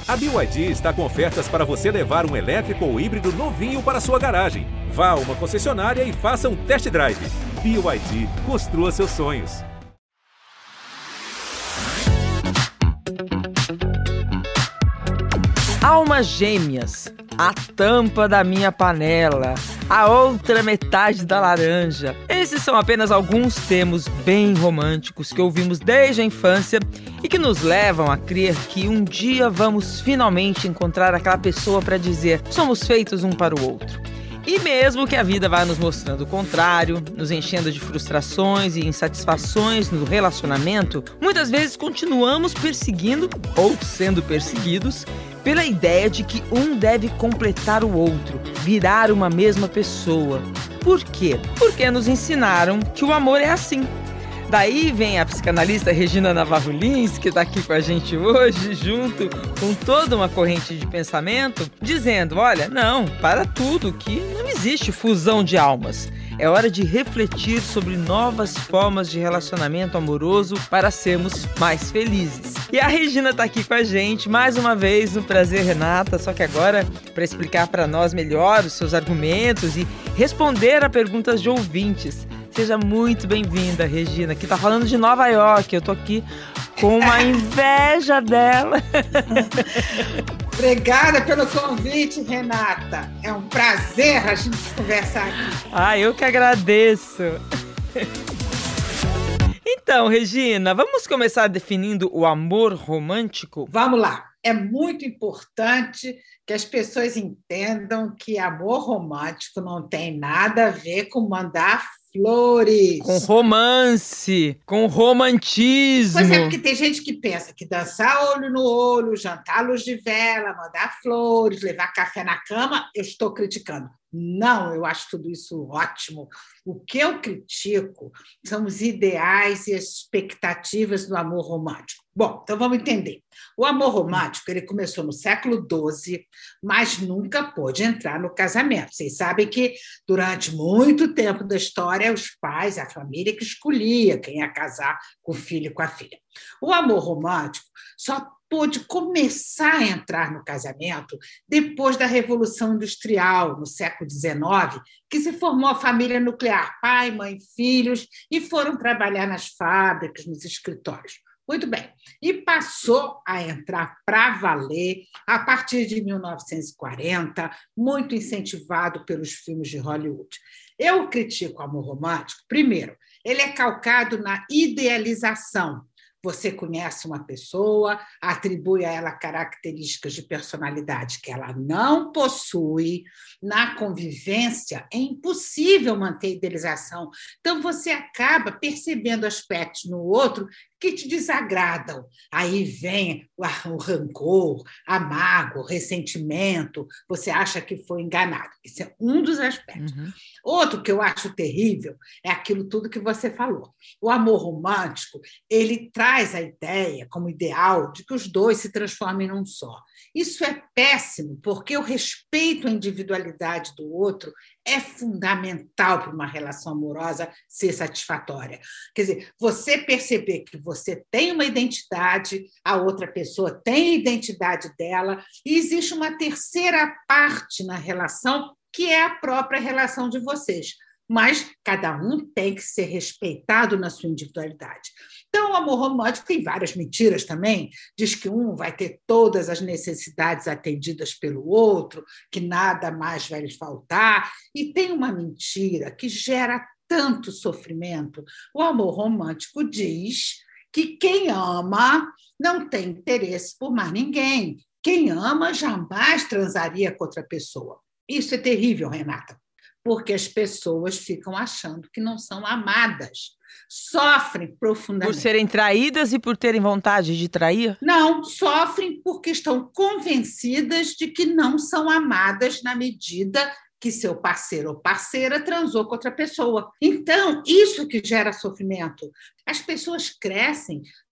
A BYD está com ofertas para você levar um elétrico ou híbrido novinho para sua garagem. Vá a uma concessionária e faça um test drive. BYD, construa seus sonhos. Almas gêmeas, a tampa da minha panela, a outra metade da laranja. Esses são apenas alguns termos bem românticos que ouvimos desde a infância e que nos levam a crer que um dia vamos finalmente encontrar aquela pessoa para dizer somos feitos um para o outro. E mesmo que a vida vá nos mostrando o contrário, nos enchendo de frustrações e insatisfações no relacionamento, muitas vezes continuamos perseguindo ou sendo perseguidos pela ideia de que um deve completar o outro, virar uma mesma pessoa. Por quê? Porque nos ensinaram que o amor é assim. Daí vem a psicanalista Regina Navarro Lins, que está aqui com a gente hoje, junto com toda uma corrente de pensamento, dizendo, olha, não, para tudo, que não existe fusão de almas. É hora de refletir sobre novas formas de relacionamento amoroso para sermos mais felizes. E a Regina está aqui com a gente, mais uma vez, no Prazer Renata, só que agora para explicar para nós melhor os seus argumentos e responder a perguntas de ouvintes. Seja muito bem-vinda, Regina, que está falando de Nova York. Eu tô aqui com uma inveja dela. Obrigada pelo convite, Renata. É um prazer a gente conversar aqui. Eu que agradeço. Então, Regina, vamos começar definindo o amor romântico? Vamos lá. É muito importante que as pessoas entendam que amor romântico não tem nada a ver com mandar flores. Com romance, com romantismo. Pois é, porque tem gente que pensa que dançar olho no olho, jantar à luz de vela, mandar flores, levar café na cama, eu estou criticando. Não, eu acho tudo isso ótimo. O que eu critico são os ideais e as expectativas do amor romântico. Bom, então vamos entender. O amor romântico ele começou no século XII, mas nunca pôde entrar no casamento. Vocês sabem que durante muito tempo da história, os pais, a família que escolhia quem ia casar com o filho e com a filha. O amor romântico só pôde começar a entrar no casamento depois da Revolução Industrial, no século XIX, que se formou a família nuclear, pai, mãe, filhos, e foram trabalhar nas fábricas, nos escritórios. Muito bem. E passou a entrar para valer a partir de 1940, muito incentivado pelos filmes de Hollywood. Eu critico o amor romântico. Primeiro, ele é calcado na idealização. Você conhece uma pessoa, atribui a ela características de personalidade que ela não possui. Na convivência, é impossível manter a idealização. Então, você acaba percebendo aspectos no outro que te desagradam. Aí vem o rancor, a mágoa, o ressentimento. Você acha que foi enganado. Esse é um dos aspectos. Outro que eu acho terrível é aquilo tudo que você falou. O amor romântico, ele traz a ideia, como ideal, de que os dois se transformem num só. Isso é péssimo, porque o respeito à individualidade do outro é fundamental para uma relação amorosa ser satisfatória. Quer dizer, você perceber que você tem uma identidade, a outra pessoa tem a identidade dela, e existe uma terceira parte na relação, que é a própria relação de vocês. Mas cada um tem que ser respeitado na sua individualidade. Então, o amor romântico tem várias mentiras também. Diz que um vai ter todas as necessidades atendidas pelo outro, que nada mais vai lhe faltar. E tem uma mentira que gera tanto sofrimento. O amor romântico diz que quem ama não tem interesse por mais ninguém. Quem ama jamais transaria com outra pessoa. Isso é terrível, Renata, porque as pessoas ficam achando que não são amadas, sofrem profundamente. Por serem traídas e por terem vontade de trair? Não, sofrem porque estão convencidas de que não são amadas na medida que seu parceiro ou parceira transou com outra pessoa. Então, isso que gera sofrimento. As pessoas crescem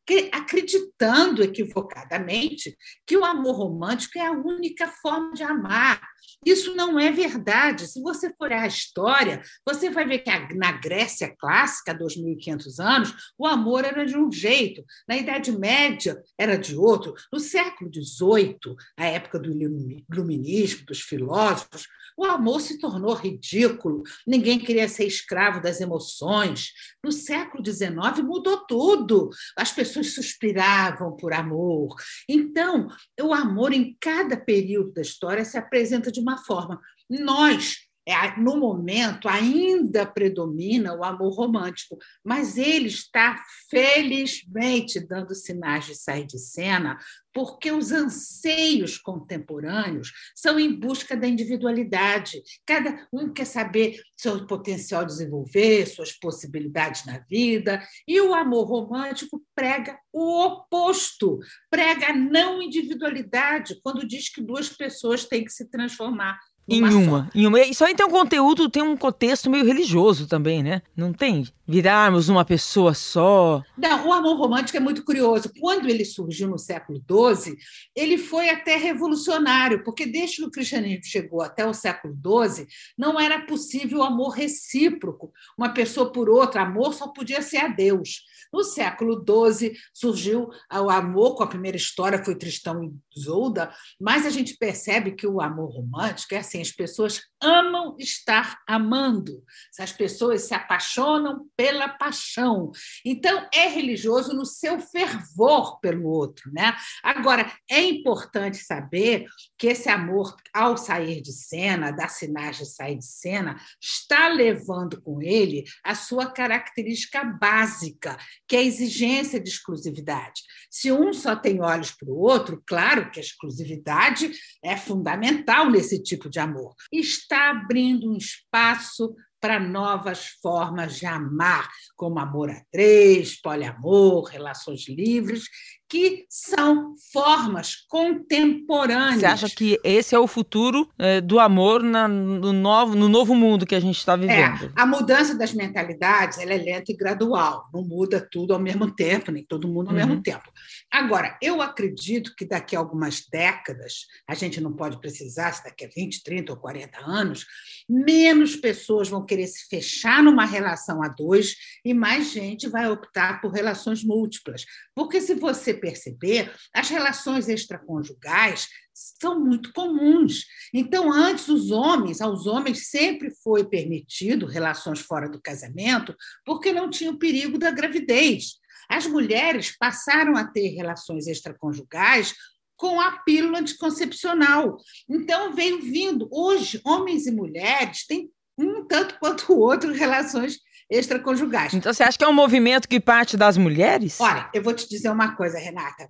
acreditando equivocadamente que o amor romântico é a única forma de amar. Isso não é verdade. Se você for olhar a história, você vai ver que na Grécia clássica, há 2.500 anos, o amor era de um jeito, na Idade Média era de outro, no século XVIII, a época do iluminismo, dos filósofos, o amor se tornou ridículo, ninguém queria ser escravo das emoções. No século XIX mudou tudo, as pessoas suspiravam por amor. Então, o amor em cada período da história se apresenta de uma forma. Nós, no momento, ainda predomina o amor romântico, mas ele está, felizmente, dando sinais de sair de cena, porque os anseios contemporâneos são em busca da individualidade. Cada um quer saber seu potencial de desenvolver, suas possibilidades na vida, e o amor romântico prega o oposto, prega a não individualidade, quando diz que duas pessoas têm que se transformar em uma. Isso aí tem um contexto meio religioso também, né? Não tem? Virarmos uma pessoa só. Não, o amor romântico é muito curioso. Quando ele surgiu no século XII, ele foi até revolucionário, porque desde que o cristianismo chegou até o século XII, não era possível o amor recíproco. Uma pessoa por outra, amor só podia ser a Deus. No século XII surgiu o amor, com a primeira história foi Tristão e Isolda, mas a gente percebe que o amor romântico é assim, as pessoas amam estar amando, as pessoas se apaixonam pela paixão. Então, é religioso no seu fervor pelo outro, né? Agora, é importante saber que esse amor, ao sair de cena, dar sinais de sair de cena, está levando com ele a sua característica básica, que é a exigência de exclusividade. Se um só tem olhos para o outro, claro que a exclusividade é fundamental nesse tipo de amor. Está abrindo um espaço para novas formas de amar, como amor a três, poliamor, relações livres, que são formas contemporâneas. Você acha que esse é o futuro do amor no novo mundo que a gente está vivendo? A mudança das mentalidades ela é lenta e gradual, não muda tudo ao mesmo tempo, nem todo mundo ao mesmo tempo. Agora, eu acredito que daqui a algumas décadas, a gente não pode precisar, se daqui a 20, 30 ou 40 anos, menos pessoas vão querer se fechar numa relação a dois e mais gente vai optar por relações múltiplas. Porque, se você perceber, as relações extraconjugais são muito comuns. Então, antes, aos homens sempre foi permitido relações fora do casamento porque não tinha o perigo da gravidez. As mulheres passaram a ter relações extraconjugais com a pílula anticoncepcional. Então, veio vindo. Hoje, homens e mulheres têm um tanto quanto o outro relações extraconjugais. Então, você acha que é um movimento que parte das mulheres? Olha, eu vou te dizer uma coisa, Renata.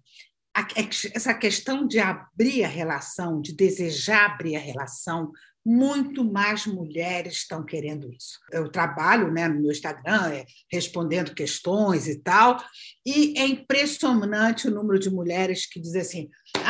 Essa questão de abrir a relação, de desejar abrir a relação, muito mais mulheres estão querendo isso. Eu trabalho, né, no meu Instagram, respondendo questões e tal, e é impressionante o número de mulheres que dizem assim: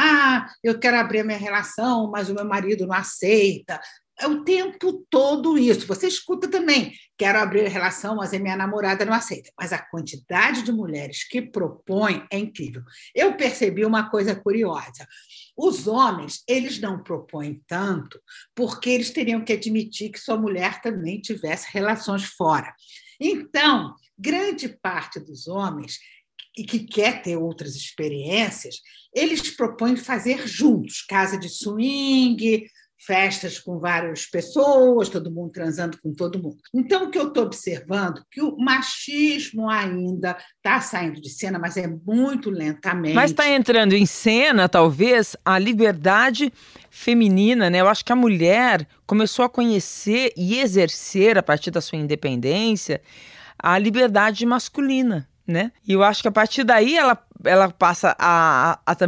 eu quero abrir a minha relação, mas o meu marido não aceita. É o tempo todo isso. Você escuta também, quero abrir a relação, mas a minha namorada não aceita. Mas a quantidade de mulheres que propõem é incrível. Eu percebi uma coisa curiosa. Os homens, eles não propõem tanto porque eles teriam que admitir que sua mulher também tivesse relações fora. Então, grande parte dos homens e que quer ter outras experiências, eles propõem fazer juntos, casa de swing, festas com várias pessoas, todo mundo transando com todo mundo. Então, o que eu estou observando é que o machismo ainda está saindo de cena, mas é muito lentamente. Mas está entrando em cena, talvez, a liberdade feminina, né? Eu acho que a mulher começou a conhecer e exercer, a partir da sua independência, a liberdade masculina, né? E eu acho que a partir daí ela passa a também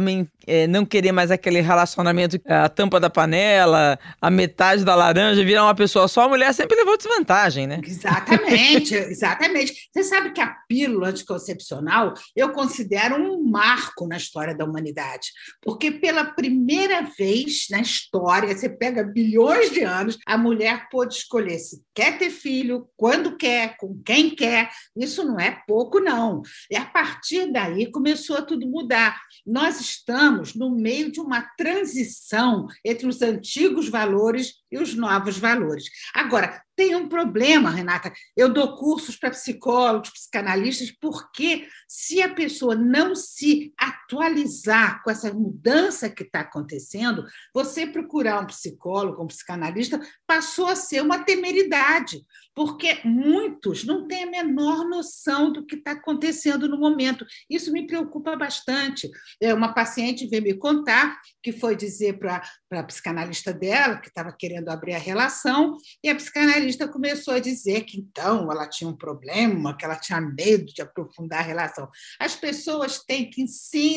não querer mais aquele relacionamento, a tampa da panela, a metade da laranja, virar uma pessoa só, a mulher sempre levou desvantagem, né? Exatamente, exatamente. Você sabe que a pílula anticoncepcional eu considero um marco na história da humanidade, porque pela primeira vez na história, você pega bilhões de anos, a mulher pôde escolher se quer ter filho, quando quer, com quem quer. Isso não é pouco, não. E a partir daí começou a tudo mudar. Nós estamos no meio de uma transição entre os antigos valores e os novos valores. Agora, tem um problema, Renata. Eu dou cursos para psicólogos, psicanalistas, porque se a pessoa não se atualizar com essa mudança que está acontecendo, você procurar um psicólogo, um psicanalista, passou a ser uma temeridade, porque muitos não têm a menor noção do que está acontecendo no momento. Isso me preocupa bastante. Uma paciente veio me contar que foi dizer para a psicanalista dela, que estava querendo abrir a relação, e a psicanalista começou a dizer que, então, ela tinha um problema, que ela tinha medo de aprofundar a relação. As pessoas têm que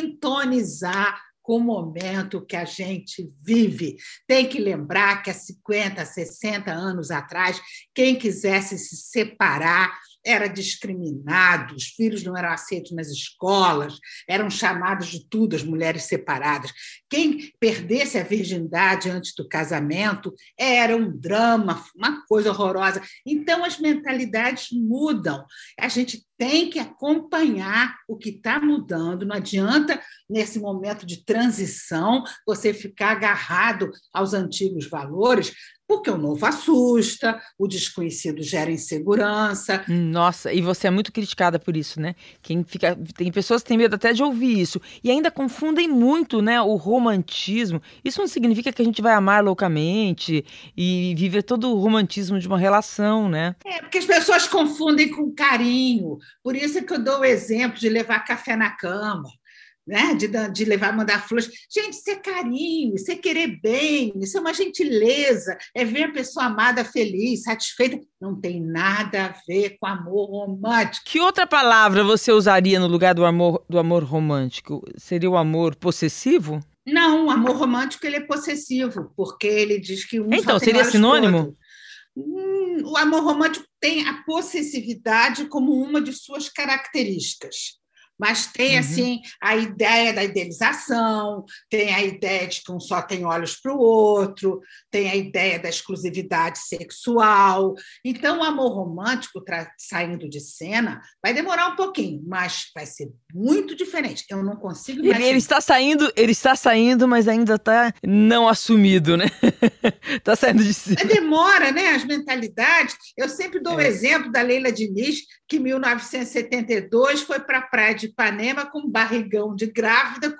sintonizar com o momento que a gente vive. Tem que lembrar que há 50, 60 anos atrás, quem quisesse se separar era discriminado, os filhos não eram aceitos nas escolas, eram chamados de tudo as mulheres separadas. Quem perdesse a virgindade antes do casamento era um drama, uma coisa horrorosa. Então, as mentalidades mudam. A gente tem que acompanhar o que está mudando. Não adianta, nesse momento de transição, você ficar agarrado aos antigos valores, porque o novo assusta, o desconhecido gera insegurança. Nossa, e você é muito criticada por isso, né? Tem pessoas que têm medo até de ouvir isso. E ainda confundem muito, né, o romantismo. Isso não significa que a gente vai amar loucamente e viver todo o romantismo de uma relação, né? Porque as pessoas confundem com carinho. Por isso é que eu dou o exemplo de levar café na cama, né? De levar, mandar flores. Gente, isso é carinho, isso é querer bem, isso é uma gentileza, é ver a pessoa amada feliz, satisfeita. Não tem nada a ver com amor romântico. Que outra palavra você usaria no lugar do amor romântico? Seria o amor possessivo? Não, o amor romântico ele é possessivo, porque ele diz que um então, só tem seria olhos sinônimo? pro outro. O amor romântico tem a possessividade como uma de suas características. Mas tem, assim, a ideia da idealização, tem a ideia de que um só tem olhos para o outro, tem a ideia da exclusividade sexual. Então, o amor romântico, saindo de cena, vai demorar um pouquinho, mas vai ser muito diferente. Eu não consigo imaginar. Ele está saindo, mas ainda está não assumido, né? Está saindo de cena. Demora, né? As mentalidades. Eu sempre dou o exemplo da Leila Diniz, que em 1972 foi para a praia de Ipanema com um barrigão de grávida,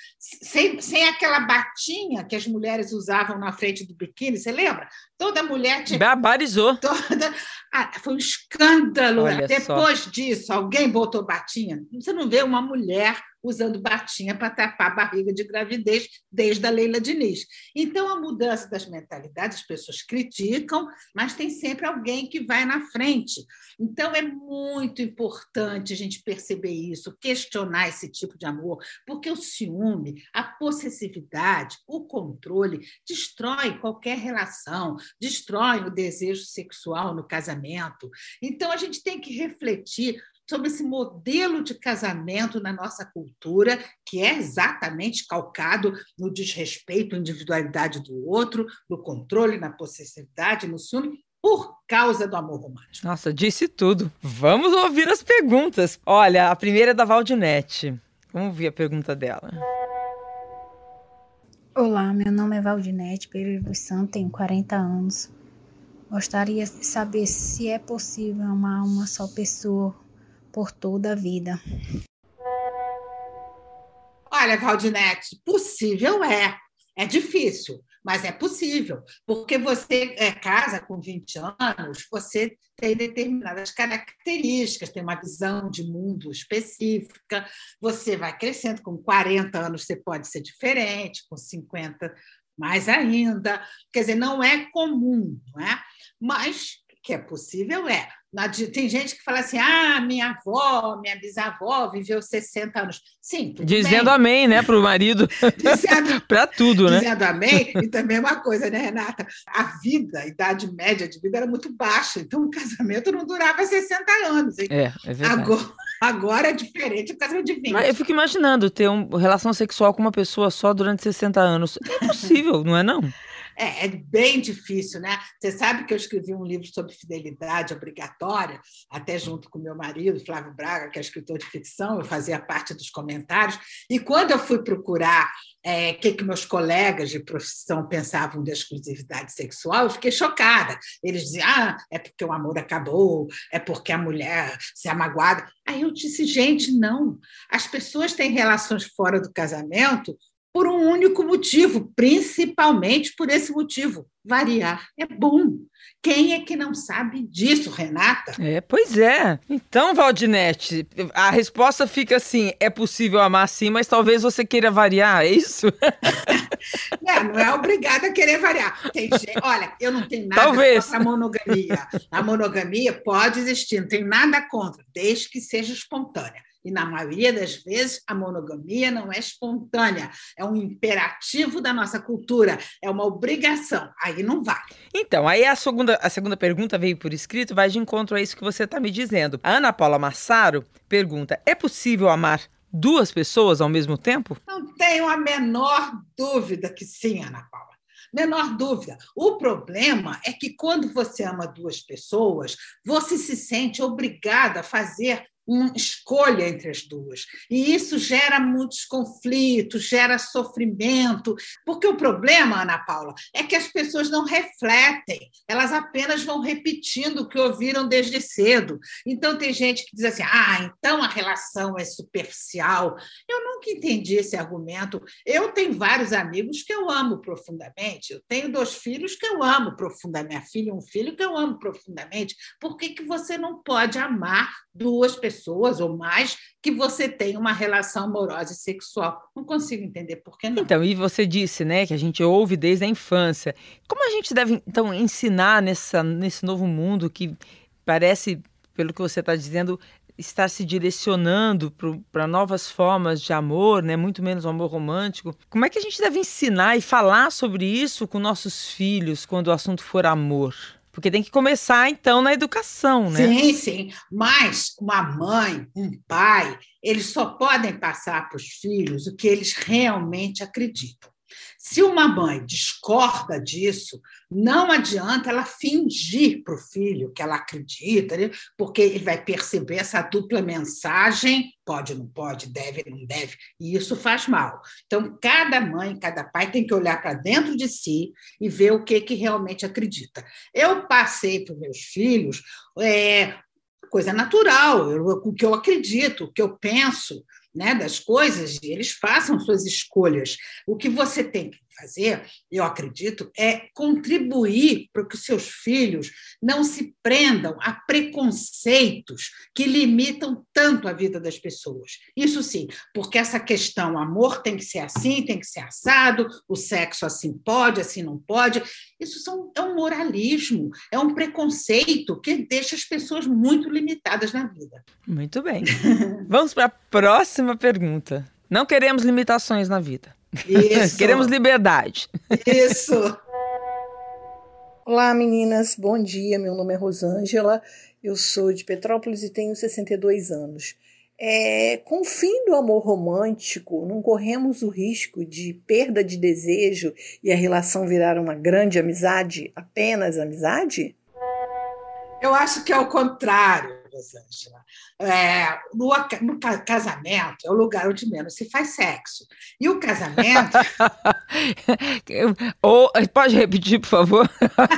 sem aquela batinha que as mulheres usavam na frente do biquíni, você lembra? Toda mulher tinha... Barbarizou. Foi um escândalo. Olha Depois só. disso, alguém botou batinha. Você não vê uma mulher usando batinha para tapar a barriga de gravidez desde a Leila Diniz. Então, a mudança das mentalidades, as pessoas criticam, mas tem sempre alguém que vai na frente. Então, é muito importante a gente perceber isso, questionar esse tipo de amor, porque o ciúme, a possessividade, o controle destrói qualquer relação, destrói o desejo sexual no casamento. Então, a gente tem que refletir sobre esse modelo de casamento na nossa cultura, que é exatamente calcado no desrespeito à individualidade do outro, no controle, na possessividade, no ciúme, por causa do amor romântico. Nossa, disse tudo. Vamos ouvir as perguntas. Olha, a primeira é da Valdinete. Vamos ouvir a pergunta dela. Olá, meu nome é Valdinete Pereira dos Santos, tenho 40 anos. Gostaria de saber se é possível amar uma só pessoa por toda a vida. Olha, Valdinete, possível é. É difícil, mas é possível. Porque você casa com 20 anos, você tem determinadas características, tem uma visão de mundo específica, você vai crescendo, com 40 anos você pode ser diferente, com 50 mais ainda. Quer dizer, não é comum, não é? Mas que é possível, tem gente que fala assim, minha avó, minha bisavó viveu 60 anos. Sim, tudo dizendo bem. amém, né, para o marido, para tudo, né? Dizendo amém, e também uma coisa, né, Renata? A idade média de vida era muito baixa, então o casamento não durava 60 anos. Hein? É verdade. Agora é diferente, o casamento de 20. Mas eu fico imaginando ter uma relação sexual com uma pessoa só durante 60 anos. É impossível, não é não? É bem difícil, né? Você sabe que eu escrevi um livro sobre fidelidade obrigatória, até junto com meu marido, Flávio Braga, que é escritor de ficção, eu fazia parte dos comentários, e quando eu fui procurar o que meus colegas de profissão pensavam de exclusividade sexual, eu fiquei chocada. Eles diziam, é porque o amor acabou, é porque a mulher se amagoada. Aí eu disse, gente, não. As pessoas têm relações fora do casamento por um único motivo, principalmente por esse motivo, variar. É bom. Quem é que não sabe disso, Renata? Pois é. Então, Valdinete, a resposta fica assim, é possível amar sim, mas talvez você queira variar, é isso? Não é obrigada a querer variar. Olha, eu não tenho nada contra a monogamia. A monogamia pode existir, não tenho nada contra, desde que seja espontânea. E, na maioria das vezes, a monogamia não é espontânea, é um imperativo da nossa cultura, é uma obrigação, aí não vai. Então, aí a segunda pergunta veio por escrito, vai de encontro a isso que você está me dizendo. A Ana Paula Massaro pergunta, é possível amar 2 pessoas ao mesmo tempo? Não tenho a menor dúvida que sim, Ana Paula. Menor dúvida. O problema é que quando você ama 2 pessoas, você se sente obrigada a fazer uma escolha entre as 2. E isso gera muitos conflitos, gera sofrimento, porque o problema, Ana Paula, é que as pessoas não refletem, elas apenas vão repetindo o que ouviram desde cedo. Então, tem gente que diz assim, então a relação é superficial. Eu nunca entendi esse argumento. Eu tenho vários amigos que eu amo profundamente, eu tenho 2 filhos que eu amo profundamente, minha filha e um filho que eu amo profundamente. Por que você não pode amar 2 pessoas ou mais que você tem uma relação amorosa e sexual? Não consigo entender por que não. Então, e você disse, né, que a gente ouve desde a infância. Como a gente deve, então, ensinar nesse novo mundo que parece, pelo que você está dizendo, estar se direcionando para novas formas de amor, né, muito menos o amor romântico? Como é que a gente deve ensinar e falar sobre isso com nossos filhos quando o assunto for amor? Porque tem que começar, então, na educação, né? Sim. Mas uma mãe, um pai, eles só podem passar para os filhos o que eles realmente acreditam. Se uma mãe discorda disso, não adianta ela fingir para o filho que ela acredita, né? Porque ele vai perceber essa dupla mensagem, pode, não pode, deve, não deve, e isso faz mal. Então, cada mãe, cada pai tem que olhar para dentro de si e ver o que realmente acredita. Eu passei para os meus filhos coisa natural, o que eu acredito, o que eu penso, né, das coisas, e eles façam suas escolhas. O que você tem que fazer, eu acredito, é contribuir para que os seus filhos não se prendam a preconceitos que limitam tanto a vida das pessoas. Isso sim, porque essa questão, amor tem que ser assim, tem que ser assado, o sexo assim pode, assim não pode, isso é um moralismo, é um preconceito que deixa as pessoas muito limitadas na vida. Muito bem. Vamos para a próxima pergunta. Não queremos limitações na vida. Isso. Queremos liberdade. Isso. Olá, meninas. Bom dia. Meu nome é Rosângela. Eu sou de Petrópolis e tenho 62 anos. Com o fim do amor romântico, não corremos o risco de perda de desejo e a relação virar uma grande amizade, apenas amizade? Eu acho que é o contrário, Rosângela. No casamento é o lugar onde menos se faz sexo. E o casamento... Pode repetir, por favor?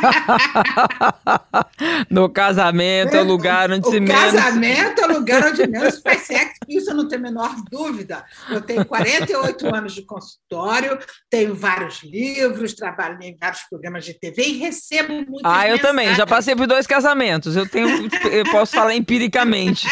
No casamento é o lugar onde se menos... O casamento é o lugar onde menos se faz sexo. Isso eu não tenho a menor dúvida. Eu tenho 48 anos de consultório, tenho vários livros, trabalho em vários programas de TV e recebo muitas mensagens. Eu também. Já passei por 2 casamentos. Eu posso falar empiricamente.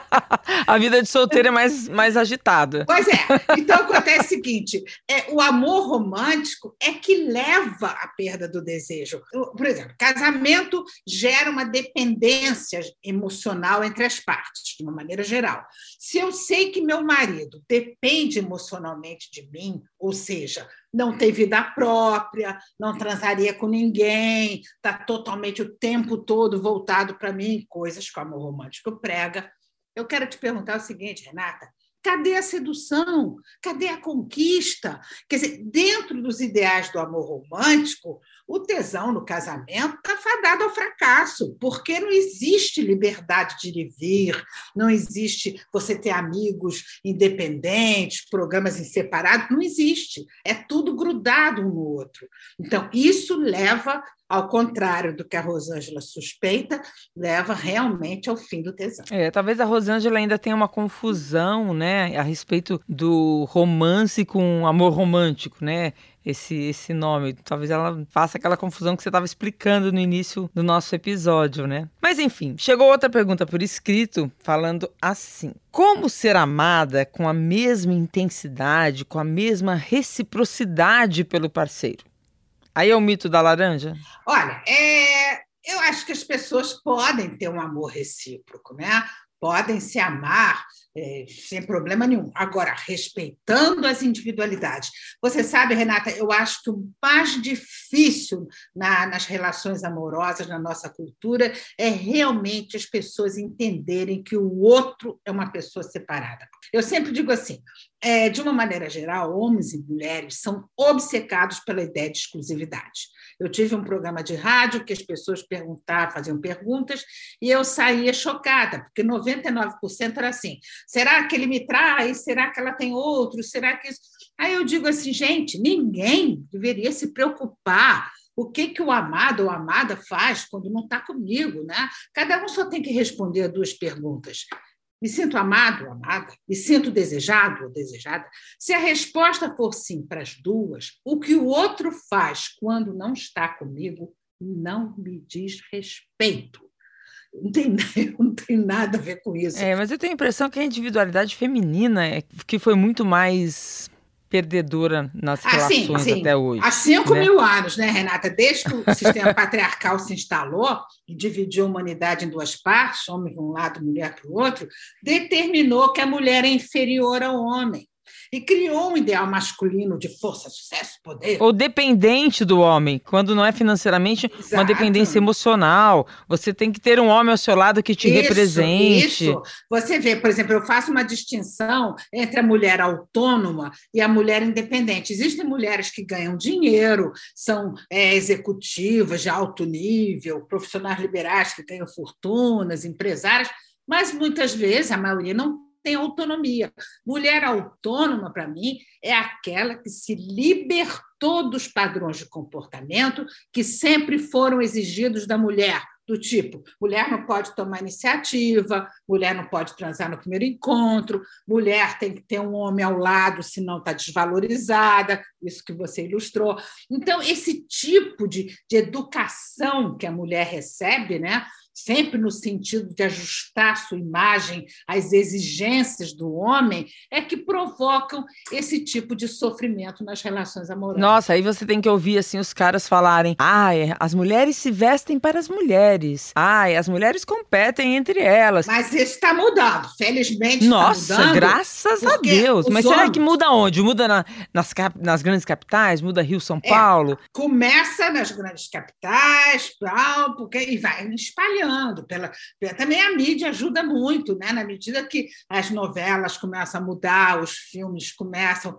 A vida de solteiro é mais agitada. Pois é. Então, acontece o seguinte, o amor romântico é que leva à perda do desejo. Por exemplo, casamento gera uma dependência emocional entre as partes, de uma maneira geral. Se eu sei que meu marido depende emocionalmente de mim, ou seja, não tem vida própria, não transaria com ninguém, está totalmente o tempo todo voltado para mim, coisas que o amor romântico prega. Eu quero te perguntar o seguinte, Renata, cadê a sedução? Cadê a conquista? Quer dizer, dentro dos ideais do amor romântico, o tesão no casamento está fadado ao fracasso, porque não existe liberdade de ir e vir, não existe você ter amigos independentes, programas em separado, não existe. É tudo grudado um no outro. Então, isso leva, ao contrário do que a Rosângela suspeita, leva realmente ao fim do tesão. Talvez a Rosângela ainda tenha uma confusão, né, a respeito do romance com amor romântico, né? Esse nome. Talvez ela faça aquela confusão que você estava explicando no início do nosso episódio, né? Mas enfim, chegou outra pergunta por escrito, falando assim: como ser amada com a mesma intensidade, com a mesma reciprocidade pelo parceiro? Aí é o mito da laranja? Olha, eu acho que as pessoas podem ter um amor recíproco, né? Podem se amar sem problema nenhum. Agora, respeitando as individualidades. Você sabe, Renata, eu acho que o mais difícil nas relações amorosas, na nossa cultura, é realmente as pessoas entenderem que o outro é uma pessoa separada. Eu sempre digo assim, de uma maneira geral, homens e mulheres são obcecados pela ideia de exclusividade. Eu tive um programa de rádio que as pessoas faziam perguntas e eu saía chocada, porque 99% era assim, será que ele me traz? Será que ela tem outro? Será que isso... Aí eu digo assim, gente, ninguém deveria se preocupar o que o amado ou a amada faz quando não está comigo, né? Cada um só tem que responder a 2 perguntas. Me sinto amado ou amada? Me sinto desejado ou desejada? Se a resposta for sim para as 2, o que o outro faz quando não está comigo não me diz respeito. Não tem nada a ver com isso. Mas eu tenho a impressão que a individualidade feminina que foi muito mais perdedora nas relações sim. até hoje. Há 5.000 anos, né, Renata? Desde que o sistema patriarcal se instalou e dividiu a humanidade em 2 partes, homem para um lado, mulher para o outro, determinou que a mulher é inferior ao homem. E criou um ideal masculino de força, sucesso, poder. Ou dependente do homem, quando não é financeiramente. Exato. Uma dependência emocional. Você tem que ter um homem ao seu lado que te represente. Isso. Você vê, por exemplo, eu faço uma distinção entre a mulher autônoma e a mulher independente. Existem mulheres que ganham dinheiro, são executivas de alto nível, profissionais liberais que ganham fortunas, empresárias, mas muitas vezes, a maioria não tem autonomia. Mulher autônoma, para mim, é aquela que se libertou dos padrões de comportamento que sempre foram exigidos da mulher, do tipo, mulher não pode tomar iniciativa, mulher não pode transar no primeiro encontro, mulher tem que ter um homem ao lado, senão está desvalorizada, isso que você ilustrou. Então, esse tipo de educação que a mulher recebe, né, sempre no sentido de ajustar a sua imagem às exigências do homem, é que provocam esse tipo de sofrimento nas relações amorosas. Nossa, aí você tem que ouvir assim, os caras falarem: as mulheres se vestem para as mulheres. As mulheres competem entre elas. Mas isso está mudando, felizmente. Nossa, está mudando. Graças a Deus. Mas será que muda onde? Muda nas grandes capitais? Muda Rio, São Paulo? Começa nas grandes capitais, e vai espalhando. Também a mídia ajuda muito, né? Na medida que as novelas começam a mudar, os filmes começam,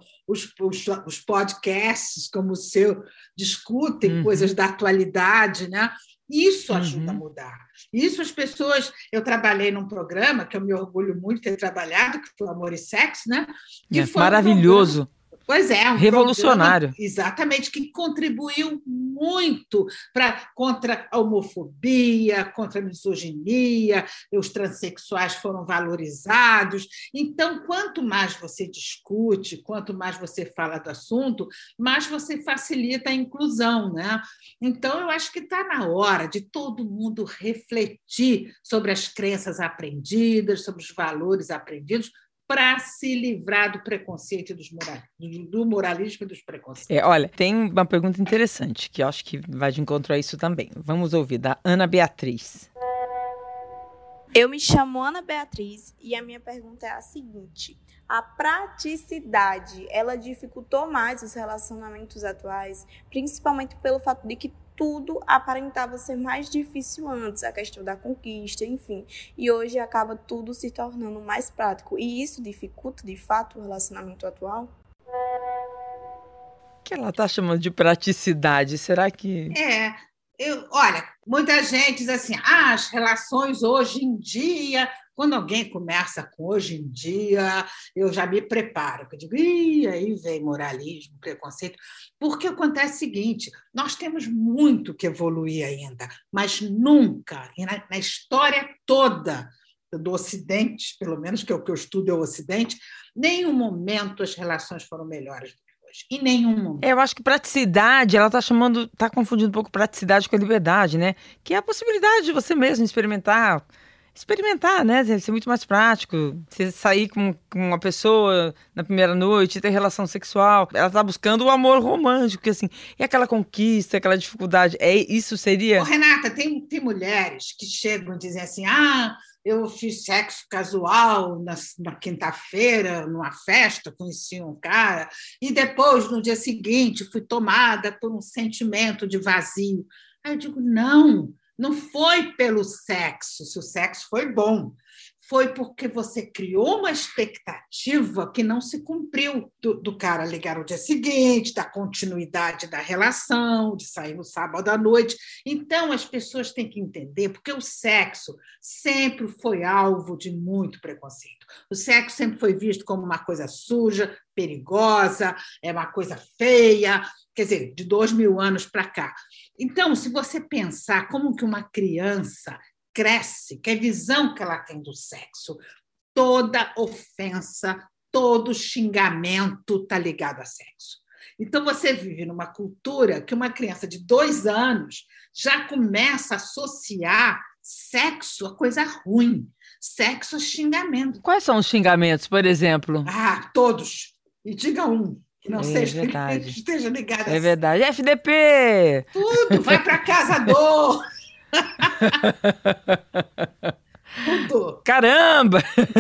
os podcasts como o seu discutem coisas da atualidade, né? Isso ajuda a mudar. Isso as pessoas... Eu trabalhei num programa que eu me orgulho muito de ter trabalhado, que foi o Amor e Sexo, né? Que foi maravilhoso. Pois é, um revolucionário. Exatamente, que contribuiu muito contra a homofobia, contra a misoginia, os transexuais foram valorizados. Então, quanto mais você discute, quanto mais você fala do assunto, mais você facilita a inclusão, né? Então, eu acho que está na hora de todo mundo refletir sobre as crenças aprendidas, sobre os valores aprendidos, para se livrar do preconceito e do moralismo e dos preconceitos. Olha, tem uma pergunta interessante, que eu acho que vai de encontro a isso também. Vamos ouvir, da Ana Beatriz. Eu me chamo Ana Beatriz e a minha pergunta é a seguinte: a praticidade, ela dificultou mais os relacionamentos atuais, principalmente pelo fato de que tudo aparentava ser mais difícil antes, a questão da conquista, enfim. E hoje acaba tudo se tornando mais prático. E isso dificulta, de fato, o relacionamento atual? O que ela está chamando de praticidade? Será que... Olha, muita gente diz assim, as relações hoje em dia... Quando alguém começa com hoje em dia, eu já me preparo. Eu digo, aí vem moralismo, preconceito. Porque acontece o seguinte, nós temos muito que evoluir ainda, mas nunca, na história toda do Ocidente, pelo menos que é o que eu estudo é o Ocidente, em nenhum momento as relações foram melhores do que hoje. Em nenhum momento. Eu acho que praticidade, ela está confundindo um pouco praticidade com a liberdade, né? Que é a possibilidade de você mesmo experimentar, né? Ser muito mais prático. Você sair com uma pessoa na primeira noite, ter relação sexual. Ela está buscando o amor romântico, assim. E aquela conquista, aquela dificuldade. Isso seria... Renata, tem mulheres que chegam e dizem assim, eu fiz sexo casual na quinta-feira, numa festa, conheci um cara, e depois, no dia seguinte, fui tomada por um sentimento de vazio. Aí eu digo, não foi pelo sexo, se o sexo foi bom, foi porque você criou uma expectativa que não se cumpriu do cara ligar no dia seguinte, da continuidade da relação, de sair no sábado à noite. Então, as pessoas têm que entender, porque o sexo sempre foi alvo de muito preconceito. O sexo sempre foi visto como uma coisa suja, perigosa, é uma coisa feia, quer dizer, de 2000 anos para cá. Então, se você pensar como que uma criança cresce, que a visão que ela tem do sexo, toda ofensa, todo xingamento está ligado a sexo. Então, você vive numa cultura que uma criança de 2 anos já começa a associar sexo a coisa ruim, sexo a xingamento. Quais são os xingamentos, por exemplo? Todos. E diga um. Que não seja verdade. Que esteja ligado a É verdade. FDP! Tudo, vai para casa do... Tudo. Caramba!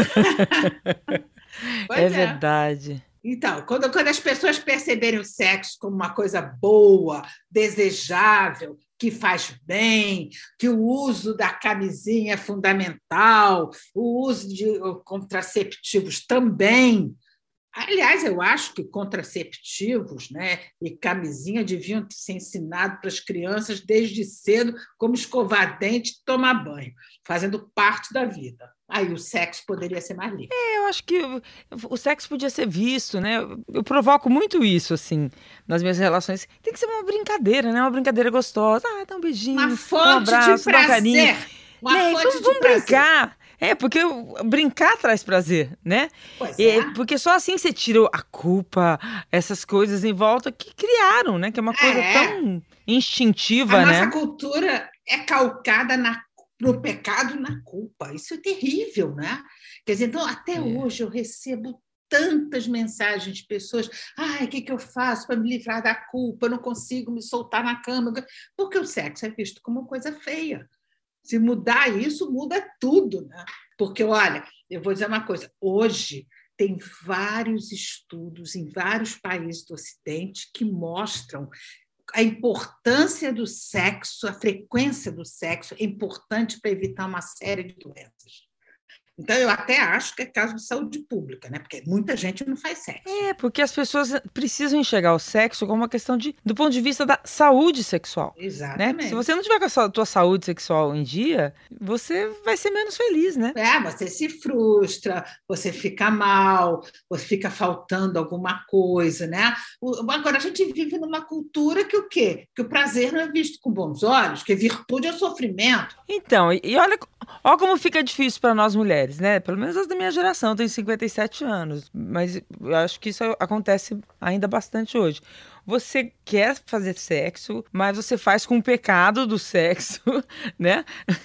É verdade. Então, quando as pessoas perceberem o sexo como uma coisa boa, desejável, que faz bem, que o uso da camisinha é fundamental, o uso de contraceptivos também. Aliás, eu acho que contraceptivos, né, e camisinha deviam ser ensinados para as crianças desde cedo, como escovar dente e tomar banho, fazendo parte da vida. Aí o sexo poderia ser mais livre. Eu acho que o sexo podia ser visto, né? Eu provoco muito isso, assim, nas minhas relações. Tem que ser uma brincadeira, né? Uma brincadeira gostosa. Dá um beijinho, uma fonte dá um abraço, de prazer. Dá um carinho. Vamos brincar. Porque brincar traz prazer, né? Pois é. Porque só assim você tira a culpa, essas coisas em volta que criaram, né? Que é uma coisa tão instintiva, né? A nossa cultura é calcada no pecado e na culpa. Isso é terrível, né? Quer dizer, então, até hoje eu recebo tantas mensagens de pessoas, o que eu faço para me livrar da culpa? Eu não consigo me soltar na cama. Porque o sexo é visto como uma coisa feia. Se mudar isso, muda tudo, né? Porque, olha, eu vou dizer uma coisa, hoje tem vários estudos em vários países do Ocidente que mostram a importância do sexo, a frequência do sexo é importante para evitar uma série de doenças. Então, eu até acho que é caso de saúde pública, né? Porque muita gente não faz sexo. Porque as pessoas precisam enxergar o sexo como uma questão do ponto de vista da saúde sexual. Exatamente. Né? Se você não tiver com a tua saúde sexual em dia, você vai ser menos feliz, né? Você se frustra, você fica mal, você fica faltando alguma coisa, né? Agora, a gente vive numa cultura que o quê? Que o prazer não é visto com bons olhos, que virtude é sofrimento. Então, e olha como fica difícil para nós mulheres, né? Pelo menos as da minha geração, eu tenho 57 anos, mas eu acho que isso acontece ainda bastante hoje. Você quer fazer sexo, mas você faz com o pecado do sexo, né?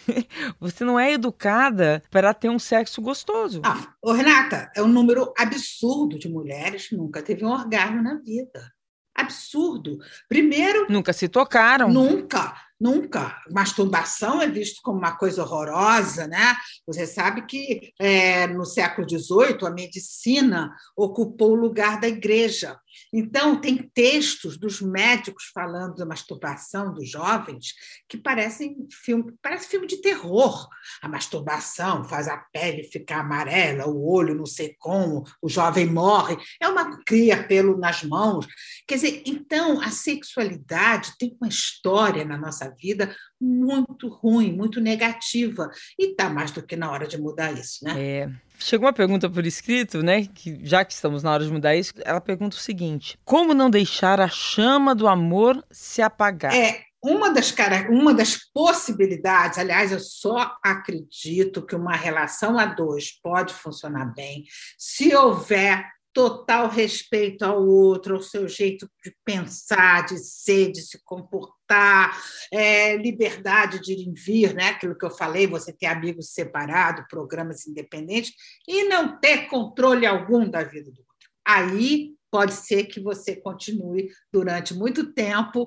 Você não é educada para ter um sexo gostoso. Renata, é um número absurdo de mulheres que nunca teve um orgasmo na vida. Absurdo. Primeiro... Nunca se tocaram. Nunca. Masturbação é visto como uma coisa horrorosa, né? Você sabe que no século XVIII a medicina ocupou o lugar da igreja. Então, tem textos dos médicos falando da masturbação dos jovens que parece filme de terror. A masturbação faz a pele ficar amarela, o olho não sei como, o jovem morre, cria pelo nas mãos. Quer dizer, então, a sexualidade tem uma história na nossa vida muito ruim, muito negativa, e está mais do que na hora de mudar isso, né? Chegou uma pergunta por escrito, né? Que já que estamos na hora de mudar isso, ela pergunta o seguinte: como não deixar a chama do amor se apagar? Uma das possibilidades, aliás, eu só acredito que uma relação a dois pode funcionar bem se houver total respeito ao outro, ao seu jeito de pensar, de ser, de se comportar, liberdade de ir e vir, né? Aquilo que eu falei, você ter amigos separados, programas independentes, e não ter controle algum da vida do outro. Aí pode ser que você continue durante muito tempo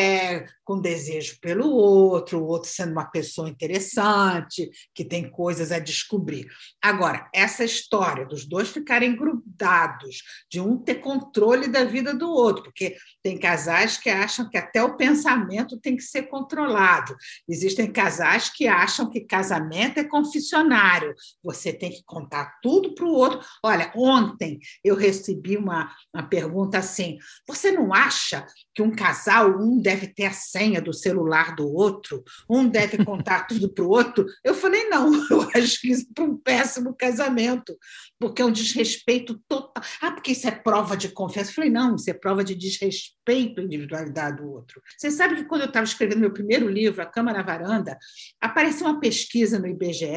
com desejo pelo outro, o outro sendo uma pessoa interessante, que tem coisas a descobrir. Agora, essa história dos dois ficarem grudados, de um ter controle da vida do outro, porque tem casais que acham que até o pensamento tem que ser controlado. Existem casais que acham que casamento é confessionário, você tem que contar tudo para o outro. Olha, ontem eu recebi uma pergunta assim: você não acha que um casal, um deve ter a senha do celular do outro, um deve contar tudo para o outro? Eu falei, não, eu acho que isso é para um péssimo casamento, porque é um desrespeito total. Porque isso é prova de confiança. Eu falei, não, isso é prova de desrespeito à individualidade do outro. Você sabe que quando eu estava escrevendo meu primeiro livro, A Cama na Varanda, apareceu uma pesquisa do IBGE,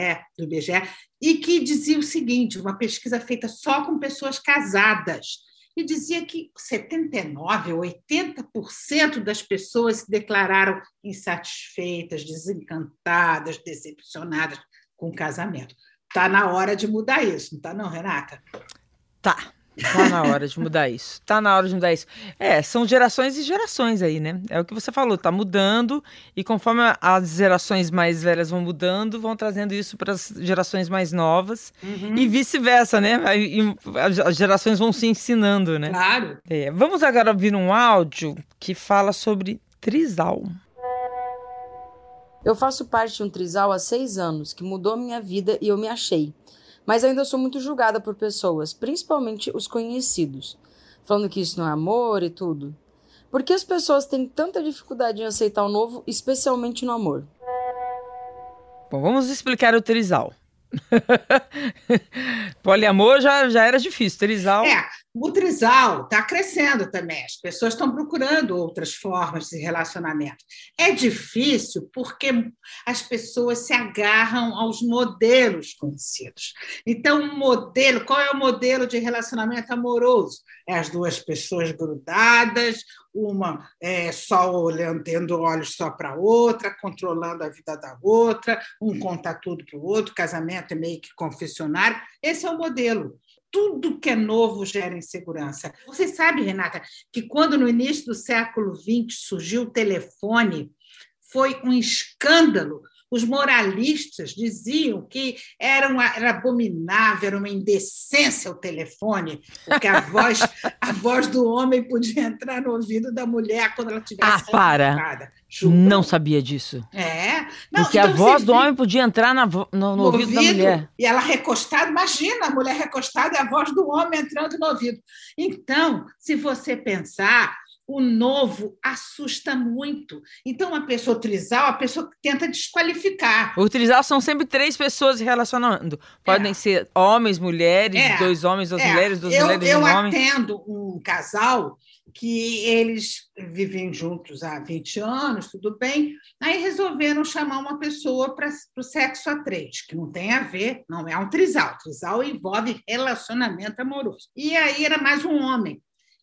e que dizia o seguinte, uma pesquisa feita só com pessoas casadas, e dizia que 79% ou 80% das pessoas se declararam insatisfeitas, desencantadas, decepcionadas com o casamento. Está na hora de mudar isso, não está não, Renata? Tá na hora de mudar isso. São gerações e gerações aí, né? É o que você falou, tá mudando, e conforme as gerações mais velhas vão mudando, vão trazendo isso para as gerações mais novas, e vice-versa, né? As gerações vão se ensinando, né? Claro. Vamos agora ouvir um áudio que fala sobre trisal. Eu faço parte de um trisal há 6 anos, que mudou minha vida e eu me achei. Mas ainda sou muito julgada por pessoas, principalmente os conhecidos, falando que isso não é amor e tudo. Por que as pessoas têm tanta dificuldade em aceitar o novo, especialmente no amor? Bom, vamos explicar o trisal. Poliamor já era difícil, trisal... O trisal está crescendo também, as pessoas estão procurando outras formas de relacionamento. É difícil porque as pessoas se agarram aos modelos conhecidos. Então, qual é o modelo de relacionamento amoroso? É as duas pessoas grudadas, uma só olhando, tendo olhos só para a outra, controlando a vida da outra, um conta tudo para o outro, casamento é meio que confessionário. Esse é o modelo. Tudo que é novo gera insegurança. Você sabe, Renata, que quando no início do século XX surgiu o telefone, foi um escândalo, Os moralistas diziam que era abominável, era uma indecência o telefone, porque a voz do homem podia entrar no ouvido da mulher quando ela estivesse para! Não sabia disso. Não, porque então a voz do homem podia entrar no ouvido da mulher. E ela recostada, imagina a mulher recostada e a voz do homem entrando no ouvido. Então, se você pensar, o novo assusta muito. Então, uma pessoa trisal, a pessoa tenta desqualificar. O trisal são sempre 3 pessoas se relacionando. Podem ser homens, mulheres, 2 homens, 2 mulheres, 2 mulheres e um homem. Eu atendo um casal que eles vivem juntos há 20 anos, tudo bem, aí resolveram chamar uma pessoa para o sexo a 3, que não tem a ver, não é um trisal. Trisal envolve relacionamento amoroso. E aí era mais um homem.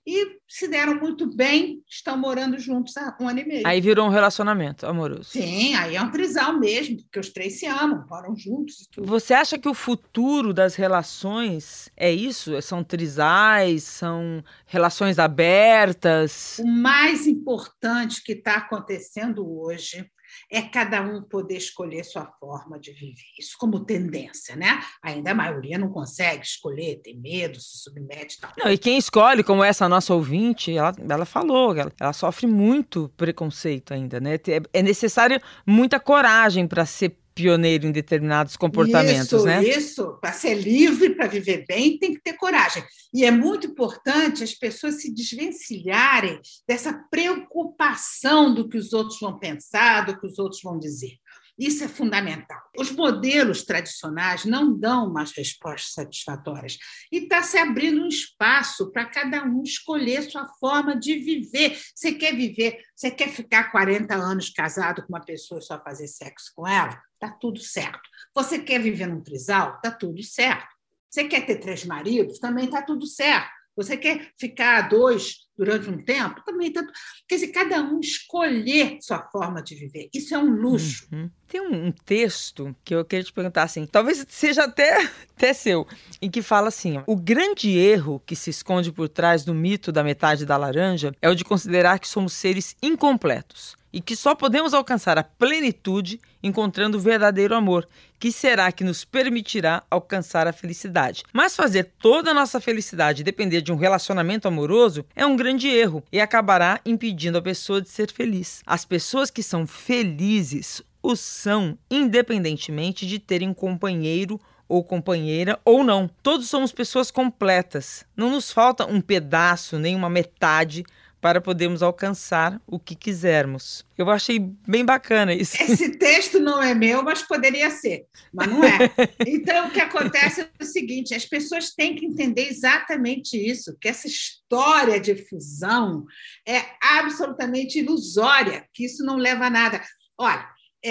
E se deram muito bem, estão morando juntos há 1 ano e meio. Aí virou um relacionamento amoroso. Sim, aí é um trisal mesmo, porque os 3 se amam, moram juntos e tudo. Você acha que o futuro das relações é isso? São trisais, são relações abertas? O mais importante que está acontecendo hoje é cada um poder escolher sua forma de viver. Isso como tendência, né? Ainda a maioria não consegue escolher, tem medo, se submete e tal. Não, e quem escolhe, como essa nossa ouvinte, ela falou, ela sofre muito preconceito ainda, né? É necessário muita coragem para ser pioneiro em determinados comportamentos, né? Isso, para ser livre, para viver bem, tem que ter coragem. E é muito importante as pessoas se desvencilharem dessa preocupação do que os outros vão pensar, do que os outros vão dizer. Isso é fundamental. Os modelos tradicionais não dão mais respostas satisfatórias e está se abrindo um espaço para cada um escolher sua forma de viver. Você quer viver, você quer ficar 40 anos casado com uma pessoa e só fazer sexo com ela? Está tudo certo. Você quer viver num trisal? Está tudo certo. Você quer ter 3 maridos? Também está tudo certo. Você quer ficar a 2 durante um tempo? Também está... Quer dizer, cada um escolher sua forma de viver. Isso é um luxo. Tem um texto que eu queria te perguntar assim, talvez seja até seu, em que fala assim, ó, o grande erro que se esconde por trás do mito da metade da laranja é o de considerar que somos seres incompletos e que só podemos alcançar a plenitude encontrando o verdadeiro amor, que será que nos permitirá alcançar a felicidade. Mas fazer toda a nossa felicidade depender de um relacionamento amoroso é um grande erro e acabará impedindo a pessoa de ser feliz. As pessoas que são felizes o são, independentemente de terem um companheiro ou companheira ou não. Todos somos pessoas completas. Não nos falta um pedaço, nem uma metade para podermos alcançar o que quisermos. Eu achei bem bacana isso. Esse texto não é meu, mas poderia ser, mas não é. Então, o que acontece é o seguinte, as pessoas têm que entender exatamente isso, que essa história de fusão é absolutamente ilusória, que isso não leva a nada. Olha,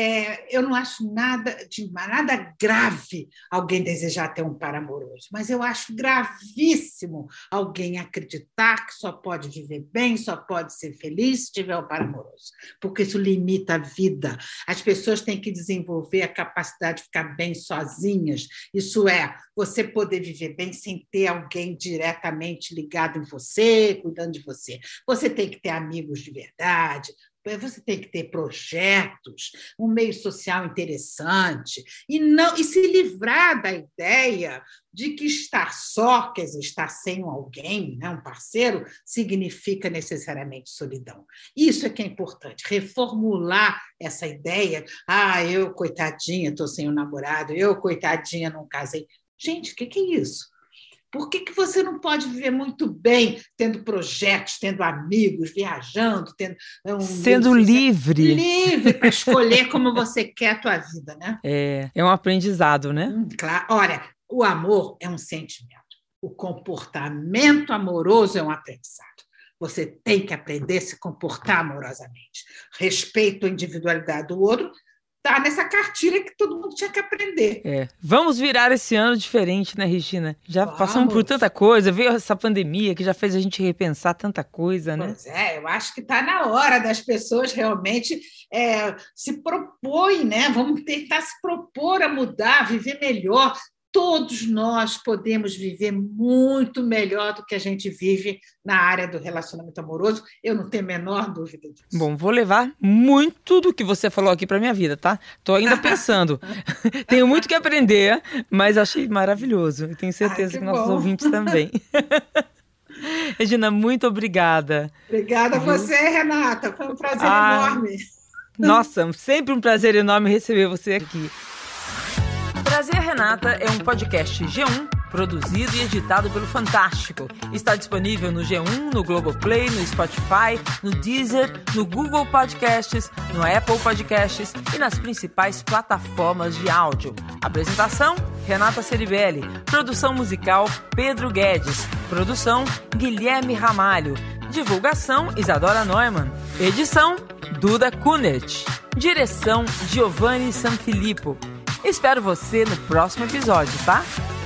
eu não acho nada grave alguém desejar ter um par amoroso, mas eu acho gravíssimo alguém acreditar que só pode viver bem, só pode ser feliz se tiver um par amoroso, porque isso limita a vida. As pessoas têm que desenvolver a capacidade de ficar bem sozinhas, isso é, você poder viver bem sem ter alguém diretamente ligado em você, cuidando de você. Você tem que ter amigos de verdade, você tem que ter projetos, um meio social interessante e se livrar da ideia de que estar só, quer dizer, estar sem alguém, né, um parceiro, significa necessariamente solidão. Isso é que é importante, reformular essa ideia. Eu, coitadinha, estou sem um namorado, eu, coitadinha, não casei. Gente, o que é isso? Por que você não pode viver muito bem tendo projetos, tendo amigos, viajando, sendo livre? Livre para escolher como você quer a tua vida, né? É um aprendizado, né? Claro. Olha, o amor é um sentimento. O comportamento amoroso é um aprendizado. Você tem que aprender a se comportar amorosamente. Respeito à individualidade do outro, está nessa cartilha que todo mundo tinha que aprender. Vamos virar esse ano diferente, né, Regina? Já passamos por tanta coisa, veio essa pandemia que já fez a gente repensar tanta coisa, né? Pois eu acho que está na hora das pessoas realmente se propõem, né? Vamos tentar se propor a mudar, a viver melhor. todos nós podemos viver muito melhor do que a gente vive na área do relacionamento amoroso. Eu não tenho a menor dúvida disso. Bom, vou levar muito do que você falou aqui para minha vida, tá? Tô ainda pensando. Tenho muito que aprender, mas achei maravilhoso. E tenho certeza que nossos ouvintes também. Regina, muito obrigada. Obrigada a você, Renata. Foi um prazer enorme. Nossa, sempre um prazer enorme receber você aqui. Prazer Renata é um podcast G1, produzido e editado pelo Fantástico. Está disponível no G1, no Globoplay, no Spotify, no Deezer, no Google Podcasts, no Apple Podcasts e nas principais plataformas de áudio. Apresentação, Renata Ceribelli. Produção musical, Pedro Guedes. Produção, Guilherme Ramalho. Divulgação, Isadora Neumann. Edição, Duda Kunert. Direção, Giovanni Sanfilippo. Espero você no próximo episódio, tá?